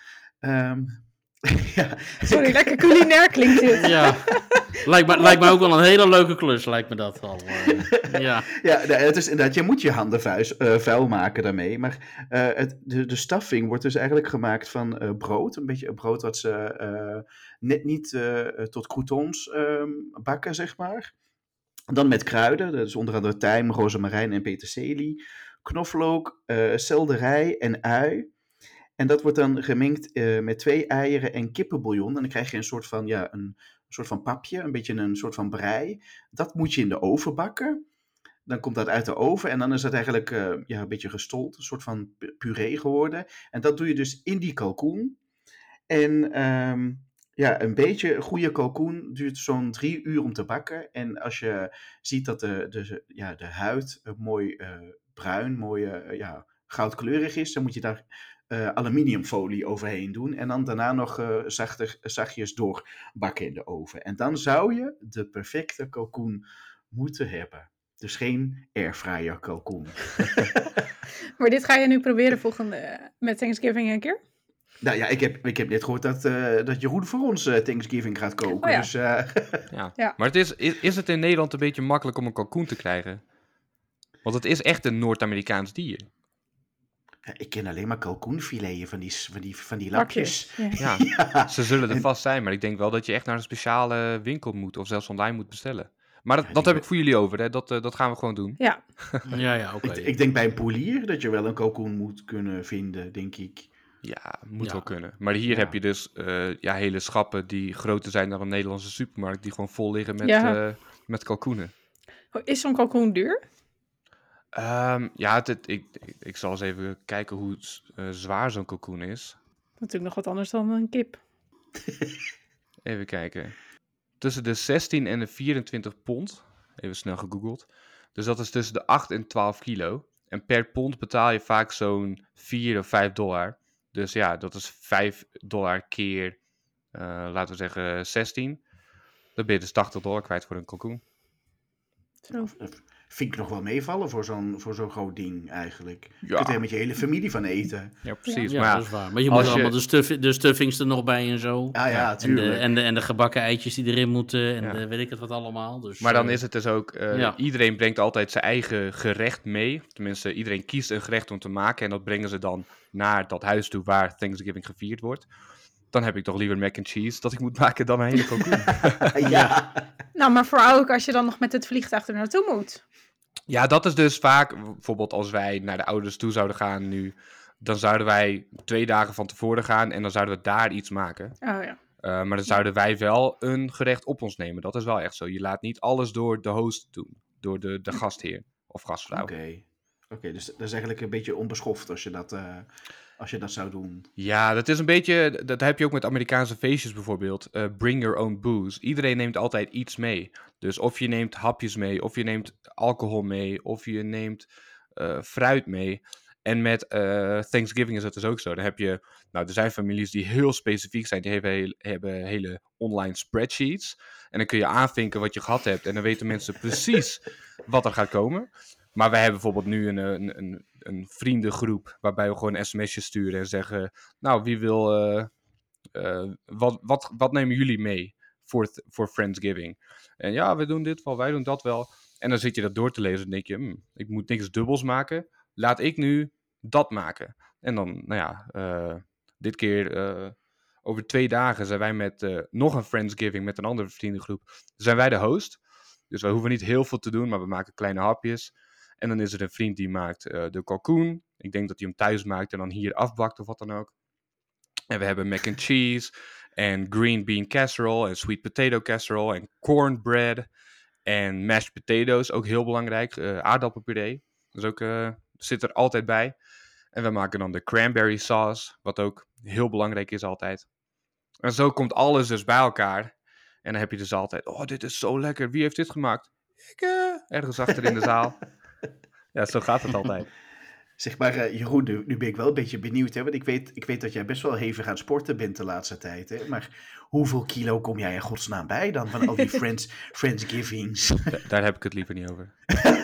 Ja. Sorry, lekker culinair klinkt dit. Ja, lijkt me ook wel een hele leuke klus, lijkt me dat al. Ja, het is inderdaad, je moet je handen vuil maken daarmee. Maar de stuffing wordt dus eigenlijk gemaakt van brood. Een beetje brood wat ze net niet tot croutons bakken, zeg maar. Dan met kruiden, dat is onder andere tijm, rozemarijn en peterselie. Knoflook, selderij en ui. En dat wordt dan gemengd met 2 eieren en kippenbouillon. En dan krijg je een soort van papje, een beetje een soort van brei. Dat moet je in de oven bakken. Dan komt dat uit de oven en dan is dat eigenlijk een beetje gestold, een soort van puree geworden. En dat doe je dus in die kalkoen. En een beetje goede kalkoen duurt zo'n 3 uur om te bakken. En als je ziet dat de huid mooi bruin, mooi goudkleurig is, dan moet je daar aluminiumfolie overheen doen. En dan daarna nog zachtjes doorbakken in de oven. En dan zou je de perfecte kalkoen moeten hebben. Dus geen airfryer kalkoen. Maar dit ga je nu proberen met Thanksgiving een keer? Nou ja, ik heb net gehoord dat Jeroen voor ons Thanksgiving gaat koken. Oh ja. Dus, ja. Maar is het in Nederland een beetje makkelijk om een kalkoen te krijgen? Want het is echt een Noord-Amerikaans dier. Ja, ik ken alleen maar kalkoenfileten van die lapjes. Ja, ze zullen er vast zijn, maar ik denk wel dat je echt naar een speciale winkel moet of zelfs online moet bestellen. Maar dat heb ik voor jullie over, hè? Dat gaan we gewoon doen. Ja. Oké. Ik denk bij een poelier dat je wel een kalkoen moet kunnen vinden, denk ik. Ja, moet wel kunnen. Maar hier heb je dus hele schappen die groter zijn dan een Nederlandse supermarkt, die gewoon vol liggen met kalkoenen. Is zo'n kalkoen duur? Ik zal eens even kijken hoe zwaar zo'n kalkoen is. Natuurlijk nog wat anders dan een kip. Even kijken. Tussen de 16 en de 24 pond. Even snel gegoogeld. Dus dat is tussen de 8 en 12 kilo. En per pond betaal je vaak zo'n $4 of $5. Dus ja, dat is $5 keer, laten we zeggen, 16. Dan ben je dus $80 kwijt voor een kalkoen. Zo. Vind ik nog wel meevallen voor zo'n groot ding eigenlijk. Ja. Je kunt er met je hele familie van eten. Ja, precies. Ja, dat is waar. Maar je moet allemaal de stuffings er nog bij en zo. Ja, tuurlijk. En de gebakken eitjes die erin moeten en weet ik het wat allemaal. Dus, maar dan is het dus ook, iedereen brengt altijd zijn eigen gerecht mee. Tenminste, iedereen kiest een gerecht om te maken en dat brengen ze dan naar dat huis toe waar Thanksgiving gevierd wordt. Dan heb ik toch liever mac and cheese dat ik moet maken dan een hele kalkoen. Ja. Nou, maar vooral ook als je dan nog met het vliegtuig er naartoe moet. Ja, dat is dus vaak, bijvoorbeeld als wij naar de ouders toe zouden gaan nu, dan zouden wij 2 dagen van tevoren gaan en dan zouden we daar iets maken. Oh ja. Maar dan zouden wij wel een gerecht op ons nemen. Dat is wel echt zo. Je laat niet alles door de host doen, door de gastheer of gastvrouw. Oké, dus dat is eigenlijk een beetje onbeschoft als je dat als je dat zou doen. Ja, dat is een beetje, dat heb je ook met Amerikaanse feestjes bijvoorbeeld. Bring your own booze. Iedereen neemt altijd iets mee. Dus of je neemt hapjes mee, of je neemt alcohol mee, of je neemt fruit mee. En met Thanksgiving is dat dus ook zo. Dan heb je, nou, er zijn families die heel specifiek zijn. Die hebben hele online spreadsheets. En dan kun je aanvinken wat je gehad hebt. En dan weten mensen precies wat er gaat komen. Maar wij hebben bijvoorbeeld nu een vriendengroep waarbij we gewoon sms'jes sturen en zeggen, nou, wie wil, wat nemen jullie mee voor Friendsgiving? En ja, we doen dit wel, wij doen dat wel. En dan zit je dat door te lezen en denk je, ik moet niks dubbels maken. Laat ik nu dat maken. En dan, nou ja, dit keer over 2 dagen zijn wij met nog een Friendsgiving met een andere vriendengroep. Zijn wij de host. Dus wij hoeven niet heel veel te doen, maar we maken kleine hapjes. En dan is er een vriend die maakt de kalkoen. Ik denk dat hij hem thuis maakt en dan hier afbakt of wat dan ook. En we hebben mac and cheese en green bean casserole en sweet potato casserole en cornbread en mashed potatoes, ook heel belangrijk. Aardappelpuree, dus ook zit er altijd bij. En we maken dan de cranberry sauce, wat ook heel belangrijk is altijd. En zo komt alles dus bij elkaar. En dan heb je dus altijd, oh, dit is zo lekker. Wie heeft dit gemaakt? Ik, ergens achter in de zaal. Ja, zo gaat het altijd. Zeg maar, Jeroen, nu ben ik wel een beetje benieuwd, hè? Want ik weet dat jij best wel hevig aan het sporten bent de laatste tijd, hè? Maar hoeveel kilo kom jij in godsnaam bij dan van al die Friendsgivings? Daar heb ik het liever niet over.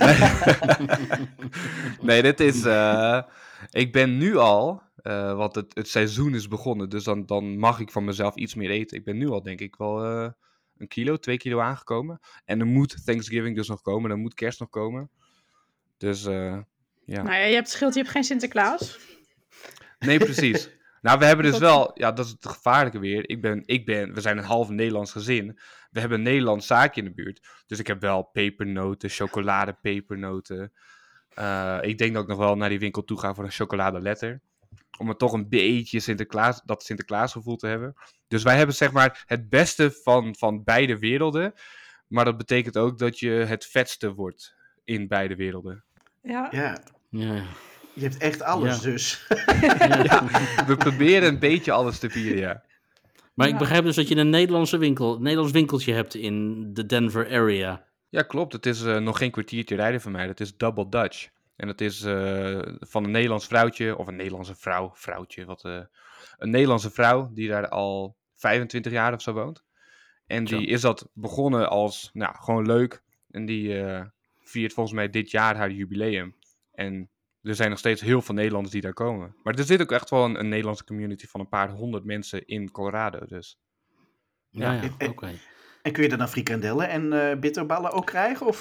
Nee, dit is... ik ben nu al, want het seizoen is begonnen, dus dan mag ik van mezelf iets meer eten. Ik ben nu al, denk ik, wel 1 kilo, 2 kilo aangekomen. En er moet Thanksgiving dus nog komen, er moet kerst nog komen. Dus... ja. Nou ja, je hebt het scheelt, je hebt geen Sinterklaas. Nee, precies. Nou, we hebben dus wel, ja, dat is het gevaarlijke weer. We zijn een half Nederlands gezin. We hebben een Nederlands zaakje in de buurt. Dus ik heb wel pepernoten, chocoladepepernoten. Ik denk dat ik nog wel naar die winkel toe ga voor een chocoladeletter. Om het toch een beetje Sinterklaasgevoel te hebben. Dus wij hebben zeg maar het beste van beide werelden. Maar dat betekent ook dat je het vetste wordt in beide werelden. Ja. Ja. Ja. Je hebt echt alles dus. Ja, we proberen een beetje alles te vieren, ja. Maar ik begrijp dus dat je een Nederlands winkeltje hebt in de Denver area. Ja, klopt. Het is nog geen kwartiertje rijden van mij. Dat is Double Dutch. En dat is van een Nederlands vrouwtje, of een Nederlandse vrouwtje. Een Nederlandse vrouw die daar al 25 jaar of zo woont. En die is dat begonnen als, nou, gewoon leuk. En die viert volgens mij dit jaar haar jubileum. En er zijn nog steeds heel veel Nederlanders die daar komen. Maar er zit ook echt wel een Nederlandse community van een paar honderd mensen in Colorado, dus. Ja, oké. En kun je dan frikandellen en bitterballen ook krijgen? Of,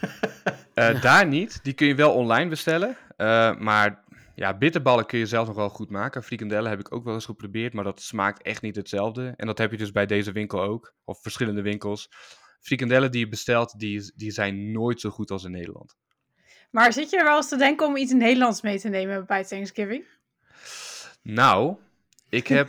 Daar niet. Die kun je wel online bestellen. Maar ja, bitterballen kun je zelf nog wel goed maken. Frikandellen heb ik ook wel eens geprobeerd, maar dat smaakt echt niet hetzelfde. En dat heb je dus bij deze winkel ook. Of verschillende winkels. Frikandellen die je bestelt, die zijn nooit zo goed als in Nederland. Maar zit je er wel eens te denken om iets Nederlands mee te nemen bij Thanksgiving? Nou, ik heb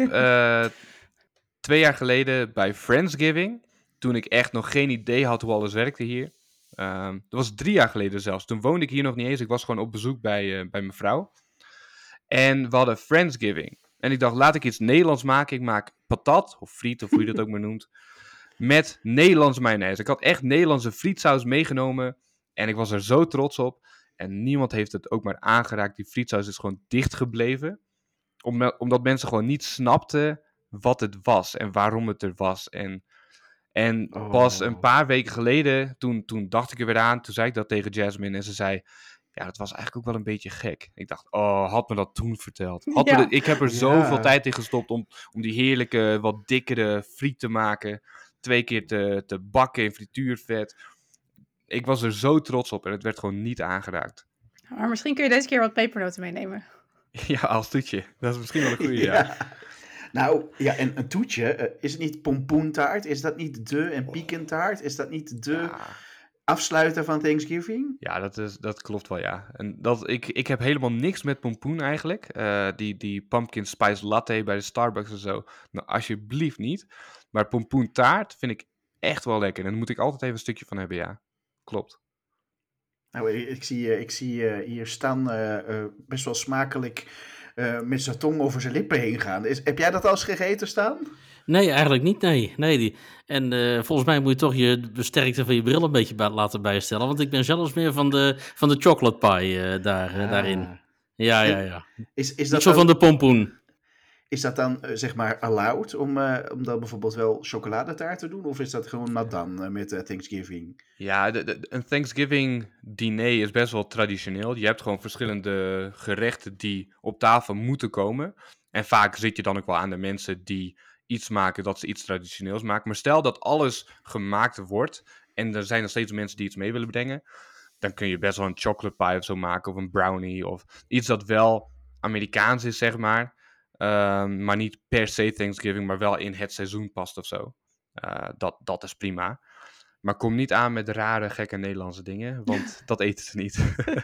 2 jaar geleden bij Friendsgiving, toen ik echt nog geen idee had hoe alles werkte hier. Dat was 3 jaar geleden zelfs. Toen woonde ik hier nog niet eens. Ik was gewoon op bezoek bij mijn vrouw. En we hadden Friendsgiving. En ik dacht, laat ik iets Nederlands maken. Ik maak patat, of friet, of hoe je dat ook maar noemt. Met Nederlandse mayonaise. Ik had echt Nederlandse frietsaus meegenomen. En ik was er zo trots op. En niemand heeft het ook maar aangeraakt. Die frietsaus is gewoon dicht gebleven. Omdat mensen gewoon niet snapten wat het was. En waarom het er was. En pas een paar weken geleden, toen dacht ik er weer aan. Toen zei ik dat tegen Jasmine. En ze zei, ja, dat was eigenlijk ook wel een beetje gek. Ik dacht, had me dat toen verteld. Ik heb er zoveel tijd in gestopt om die heerlijke, wat dikkere friet te maken. 2 keer te bakken in frituurvet. Ik was er zo trots op en het werd gewoon niet aangeraakt. Maar misschien kun je deze keer wat pepernoten meenemen. Ja, als toetje. Dat is misschien wel een goede, ja. Nou, ja, en een toetje, is het niet pompoentaart? Is dat niet en piekentaart? Is dat niet afsluiter van Thanksgiving? Ja, dat klopt wel, ja. En ik heb helemaal niks met pompoen eigenlijk. Die pumpkin spice latte bij de Starbucks en zo. Nou, alsjeblieft niet. Maar pompoentaart vind ik echt wel lekker. En daar moet ik altijd even een stukje van hebben, ja. Klopt. Nou, ik zie hier staan best wel smakelijk met zijn tong over zijn lippen heen gaan. Heb jij dat al eens gegeten, Staan? Nee, eigenlijk niet, nee. En volgens mij moet je toch je sterkte van je bril een beetje laten bijstellen. Want ik ben zelfs meer van de chocolate pie daarin. Ja. Is Niet dat zo dan, van de pompoen. is dat dan zeg maar allowed om dan bijvoorbeeld wel chocoladetaart te doen? Of is dat gewoon nat dan met Thanksgiving? Ja, een Thanksgiving diner is best wel traditioneel. Je hebt gewoon verschillende gerechten die op tafel moeten komen. En vaak zit je dan ook wel aan de mensen die iets maken, dat ze iets traditioneels maken. Maar stel dat alles gemaakt wordt en er zijn nog steeds mensen die iets mee willen brengen, dan kun je best wel een chocolate pie of zo maken of een brownie of iets dat wel Amerikaans is, zeg maar. Maar niet per se Thanksgiving, maar wel in het seizoen past of zo. Dat is prima. Maar kom niet aan met rare, gekke Nederlandse dingen, want dat eten ze niet.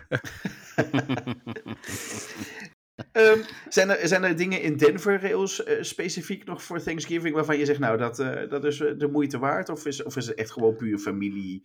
Zijn er dingen in Denver heel specifiek nog voor Thanksgiving waarvan je zegt, nou, dat is de moeite waard? Of is het echt gewoon puur familie?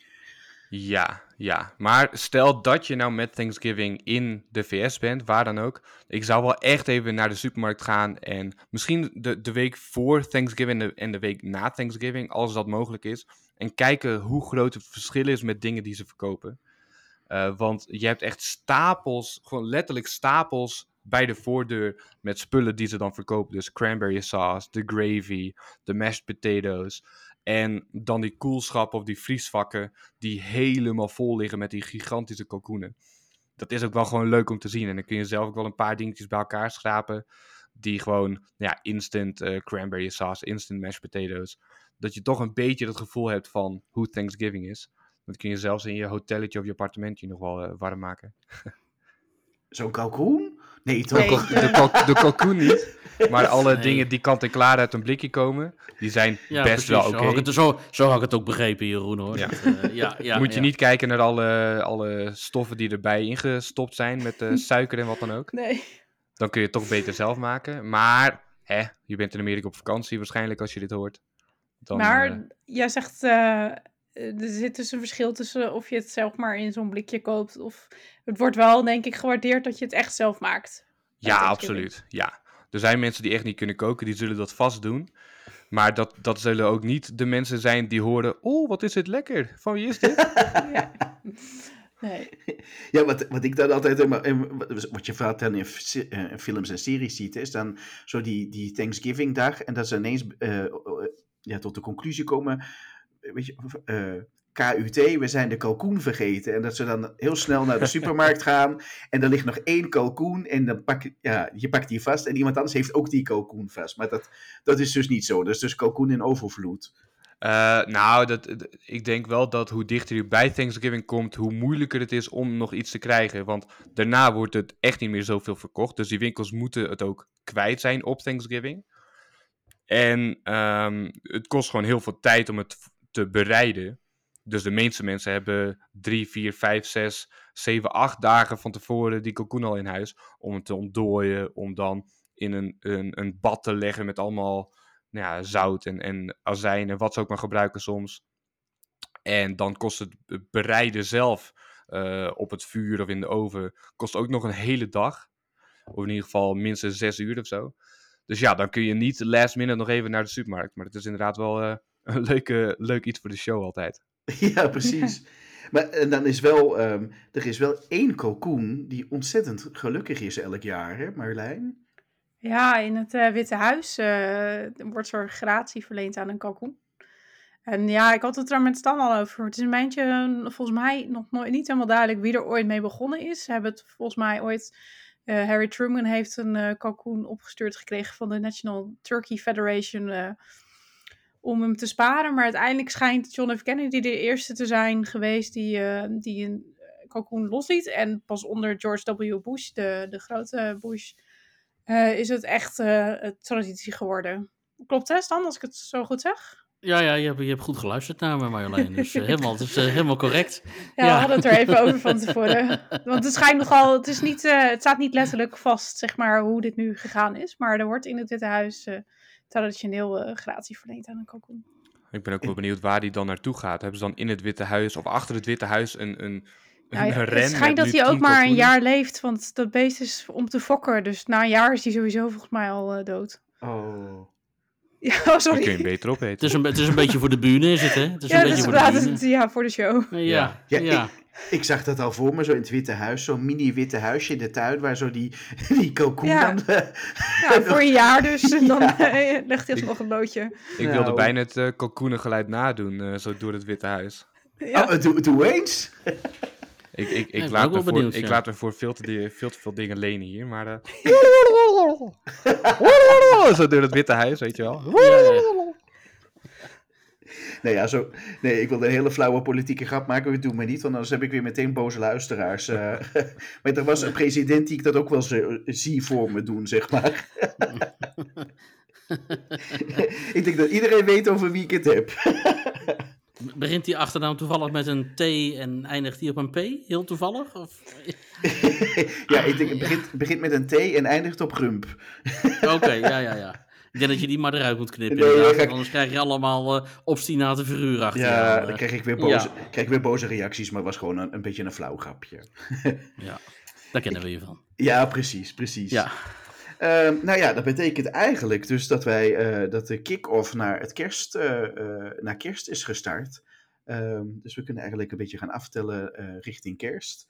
Ja. Maar stel dat je nou met Thanksgiving in de VS bent, waar dan ook. Ik zou wel echt even naar de supermarkt gaan en misschien de week voor Thanksgiving en de week na Thanksgiving, als dat mogelijk is. En kijken hoe groot het verschil is met dingen die ze verkopen. Want je hebt echt stapels, gewoon letterlijk stapels bij de voordeur met spullen die ze dan verkopen. Dus cranberry sauce, de gravy, de mashed potatoes. En dan die koelschappen of die vriesvakken die helemaal vol liggen met die gigantische kalkoenen. Dat is ook wel gewoon leuk om te zien. En dan kun je zelf ook wel een paar dingetjes bij elkaar schrapen. Die gewoon, instant cranberry sauce, instant mashed potatoes. Dat je toch een beetje het gevoel hebt van hoe Thanksgiving is. Dat kun je zelfs in je hotelletje of je appartementje nog wel warm maken. Zo'n kalkoen? Nee, toch? Nee. De kalkoen niet. Maar alle dingen die kant-en-klaar uit een blikje komen, die zijn best wel oké. Zo had ik het ook begrepen, Jeroen, hoor. Ja. Moet je niet kijken naar alle stoffen die erbij ingestopt zijn met suiker en wat dan ook. Nee. Dan kun je het toch beter zelf maken. Maar, je bent in Amerika op vakantie waarschijnlijk als je dit hoort. Dan, Maar jij zegt, er zit dus een verschil tussen of je het zelf maar in zo'n blikje koopt. Of het wordt wel, denk ik, gewaardeerd dat je het echt zelf maakt. Ja, absoluut. Ja. Er zijn mensen die echt niet kunnen koken, die zullen dat vast doen. Maar dat zullen ook niet de mensen zijn die horen, oh, wat is het lekker. Van wie is dit? Ja. Nee. Ja, wat ik dan altijd, wat je vaak dan in films en series ziet, is dan zo die Thanksgiving dag en dat ze ineens tot de conclusie komen, weet je, KUT, we zijn de kalkoen vergeten. En dat ze dan heel snel naar de supermarkt gaan en er ligt nog 1 kalkoen en dan je pakt die vast en iemand anders heeft ook die kalkoen vast. Maar dat is dus niet zo. Dat is dus kalkoen in overvloed. Ik denk wel dat hoe dichter je bij Thanksgiving komt, hoe moeilijker het is om nog iets te krijgen. Want daarna wordt het echt niet meer zoveel verkocht. Dus die winkels moeten het ook kwijt zijn op Thanksgiving. En het kost gewoon heel veel tijd om het te bereiden. Dus de meeste mensen hebben 3, 4, 5, 6, 7, 8 dagen van tevoren die kalkoen al in huis. Om het te ontdooien, om dan in een bad te leggen met allemaal zout en azijn en wat ze ook maar gebruiken soms. En dan kost het bereiden zelf op het vuur of in de oven kost ook nog een hele dag. Of in ieder geval minstens 6 uur of zo. Dus ja, dan kun je niet last minute nog even naar de supermarkt. Maar het is inderdaad wel een leuk iets voor de show altijd. Ja, precies. Maar dan is wel, er is wel 1 kalkoen die ontzettend gelukkig is elk jaar, hè Marjolein? Ja, in het Witte Huis wordt zo'n gratie verleend aan een kalkoen. En ja, ik had het er met Stan al over. Het is een beetje, volgens mij, nog nooit niet helemaal duidelijk wie er ooit mee begonnen is. Ze hebben het volgens mij ooit... Harry Truman heeft een kalkoen opgestuurd gekregen van de National Turkey Federation om hem te sparen. Maar uiteindelijk schijnt John F. Kennedy de eerste te zijn geweest die een kalkoen losliet. En pas onder George W. Bush, de grote Bush, is het echt traditie geworden. Klopt hè, Stan, als ik het zo goed zeg? Ja, je hebt goed geluisterd naar me, Marjolein. Dus het is helemaal correct. Ja, we hadden het er even over van tevoren. Want het schijnt nogal, het staat niet letterlijk vast, zeg maar, hoe dit nu gegaan is. Maar er wordt in het Witte Huis traditioneel gratie verleend aan een kalkoen. Ik ben ook wel benieuwd waar die dan naartoe gaat. Hebben ze dan in het Witte Huis of achter het Witte Huis een Het schijnt dat hij ook maar een jaar leeft, want dat beest is om te fokken. Dus na een jaar is hij sowieso volgens mij al dood. Oh. Ja, sorry. Dan kun je hem beter opeten. Het is een beetje voor de bühne, is het, hè? Het is een beetje voor de show. Ja. Ik zag dat al voor me, zo in het Witte Huis. Zo'n mini-witte huisje in de tuin, waar zo die kalkoen dan... voor een jaar dus. En dan legt hij alsnog een loodje. Ik wilde bijna het kalkoenengeluid nadoen, zo door het Witte Huis. Ja. Doe eens. Ik laat me voor veel te veel dingen lenen hier, maar... zo door het Witte Huis, weet je wel. Nee, ik wilde een hele flauwe politieke grap maken. Dat doen we niet, want anders heb ik weer meteen boze luisteraars. Maar er was een president die ik dat ook wel zie voor me doen, zeg maar. Ik denk dat iedereen weet over wie ik het heb. Begint die achternaam toevallig met een T en eindigt die op een P? Heel toevallig? Of? Ja, ik denk het begint met een T en eindigt op Rump. Oké, ja. Ik denk dat je die maar eruit moet knippen. Anders krijg je allemaal obstinate figuren achter je. Ja, dan krijg ik weer boze reacties, maar het was gewoon een beetje een flauw grapje. Ja, daar kennen we je van. Ja, precies. Ja. Dat betekent eigenlijk dus dat dat de kick-off naar kerst is gestart. Dus we kunnen eigenlijk een beetje gaan aftellen richting kerst.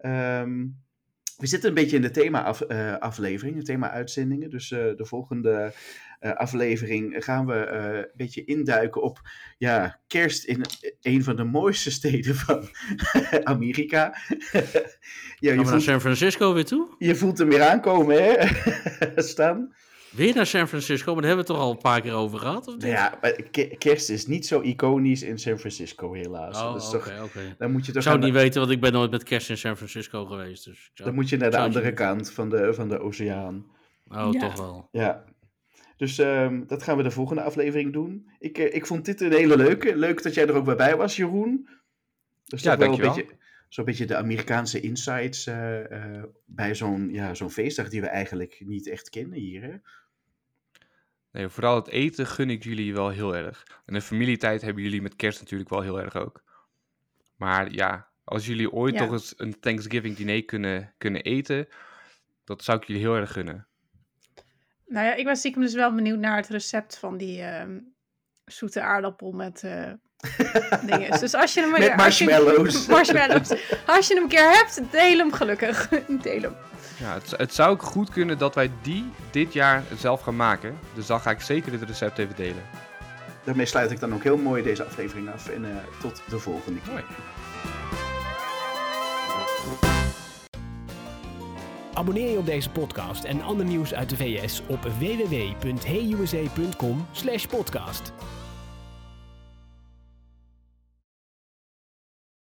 We zitten een beetje in de thema-aflevering, de thema-uitzendingen. Dus de volgende aflevering gaan we een beetje induiken op kerst in een van de mooiste steden van Amerika. Gaan we naar San Francisco weer toe? Je voelt hem weer aankomen, hè? Stan. Weer naar San Francisco, maar daar hebben we het toch al een paar keer over gehad? Of niet? Ja, maar kerst is niet zo iconisch in San Francisco, helaas. Oké. Dan moet je toch ik zou het niet weten, want ik ben nooit met kerst in San Francisco geweest. Dus dan moet je naar de andere kant van de oceaan. Toch wel. Ja. Dus dat gaan we de volgende aflevering doen. Ik vond dit een hele leuke. Leuk dat jij er ook bij was, Jeroen. Dus toch wel zo'n beetje de Amerikaanse insights bij zo'n feestdag die we eigenlijk niet echt kennen hier, hè? Nee, vooral het eten gun ik jullie wel heel erg. En de familietijd hebben jullie met kerst natuurlijk wel heel erg ook. Maar ja, als jullie ooit toch eens een Thanksgiving diner kunnen eten, dat zou ik jullie heel erg gunnen. Nou ja, ik was stiekem dus wel benieuwd naar het recept van die zoete aardappel met dingen. Dus als je hem met marshmallows. Als je hem een keer hebt, deel hem gelukkig. Deel hem. Ja, het zou ook goed kunnen dat wij dit jaar zelf gaan maken. Dus dan ga ik zeker dit recept even delen. Daarmee sluit ik dan ook heel mooi deze aflevering af. En tot de volgende keer. Mooi. Abonneer je op deze podcast en ander nieuws uit de VS op www.heyusa.com/podcast.